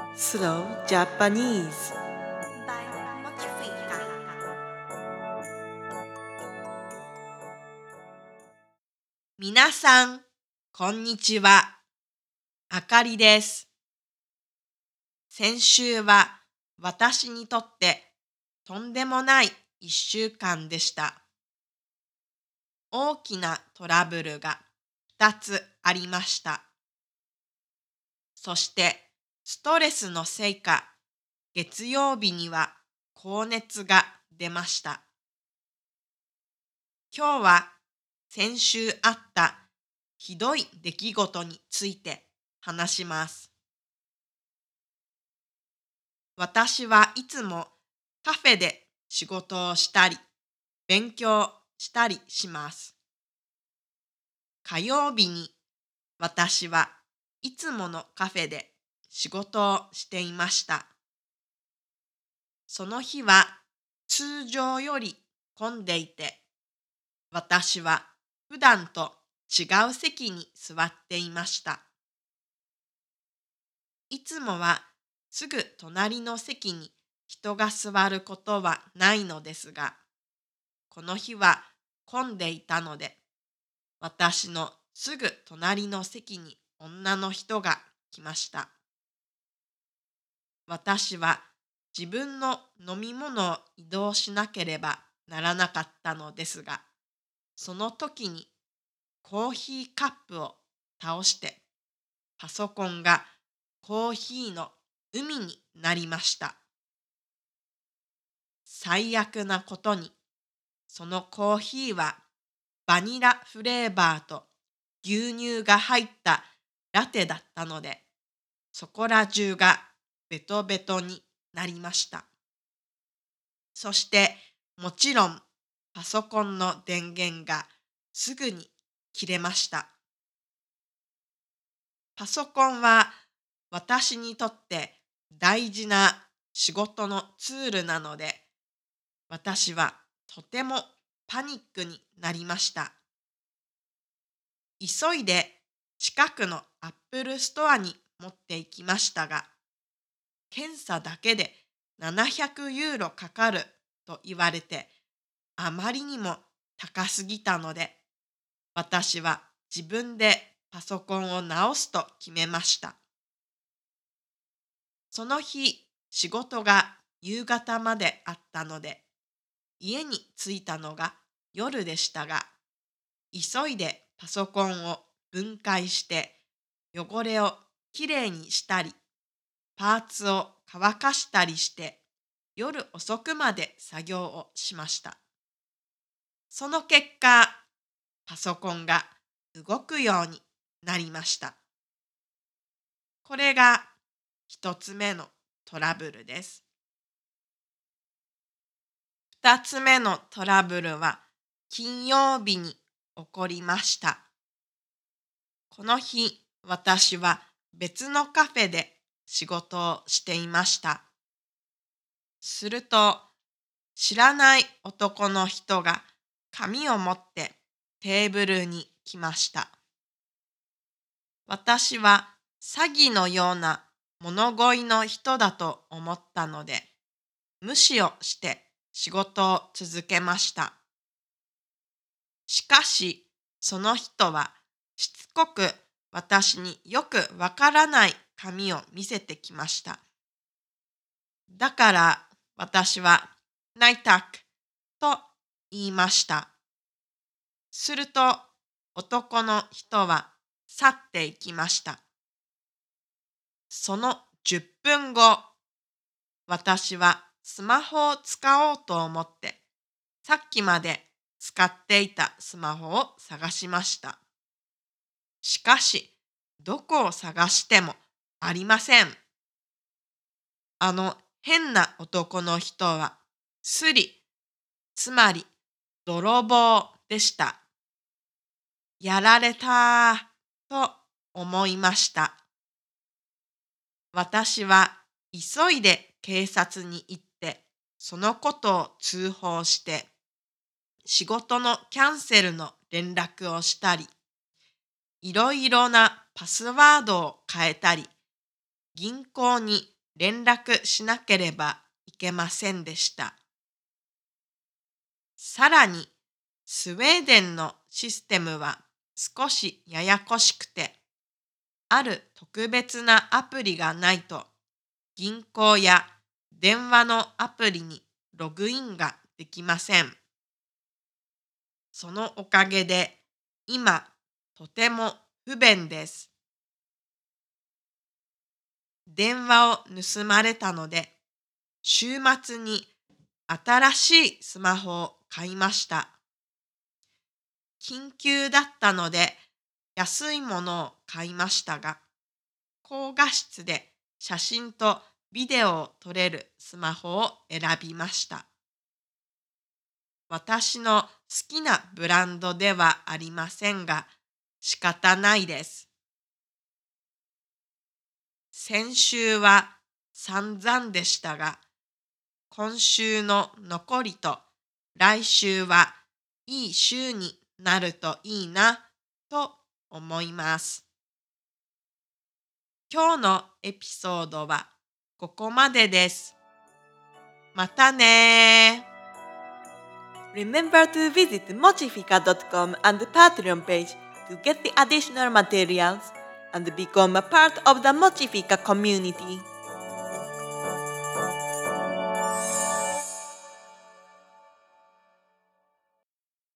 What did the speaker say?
Slow Japanese. by Mochifuka. 皆さん、こんにちは。あかりです。先週は私にとってとんでもない一週間でした。大きなトラブルが2つありました。そしてストレスのせいか、月曜日には高熱が出ました。今日は先週あったひどい出来事について話します。私はいつもカフェで仕事をしたり、勉強したりします。火曜日に私はいつものカフェで仕事をしていました。その日は通常より混んでいて、私は普段と違う席に座っていました。いつもはすぐ隣の席に人が座ることはないのですが、この日は混んでいたので、私のすぐ隣の席に女の人が来ました。私は自分の飲み物を移動しなければならなかったのですが、その時にコーヒーカップを倒して、パソコンがコーヒーの海になりました。最悪なことに、そのコーヒーはバニラフレーバーと牛乳が入ったラテだったので、そこら中がベトベトになりました。そしてもちろんパソコンの電源がすぐに切れました。パソコンは私にとって大事な仕事のツールなので、私はとてもパニックになりました。急いで近くのアップルストアに持って行きましたが、検査だけで700ユーロかかると言われて、あまりにも高すぎたので、私は自分でパソコンを直すと決めました。その日、仕事が夕方まであったので、家に着いたのが夜でしたが、急いでパソコンを分解して汚れをきれいにしたり、パーツを乾かしたりして夜遅くまで作業をしました。その結果、パソコンが動くようになりました。これが一つ目のトラブルです。二つ目のトラブルは金曜日に起こりました。この日、私は別のカフェで仕事をしていました。すると、知らない男の人が紙を持ってテーブルに来ました。私は詐欺のような物乞いの人だと思ったので、無視をして仕事を続けました。しかし、その人はしつこく私によくわからない紙を見せてきました。だから私はナイタックと言いました。すると男の人は去っていきました。その10分後、私はスマホを使おうと思って、さっきまで使っていたスマホを探しました。しかし、どこを探してもありません。あの変な男の人はスリ、つまり泥棒でした。やられたと思いました。私は急いで警察に行って、そのことを通報して、仕事のキャンセルの連絡をしたり、いろいろなパスワードを変えたり、銀行に連絡しなければいけませんでした。さらに、スウェーデンのシステムは少しややこしくて、ある特別なアプリがないと、銀行や電話のアプリにログインができません。そのおかげで、今、とても不便です。電話を盗まれたので、週末に新しいスマホを買いました。緊急だったので安いものを買いましたが、高画質で写真とビデオを撮れるスマホを選びました。私の好きなブランドではありませんが、仕方ないです。先週は散々でしたが、今週の残りと来週はいい週になるといいなと思います。今日のエピソードはここまでです。またねー。 Remember to visit mochifica.com and the Patreon page to get the additional materials and become a part of the Mochifica community.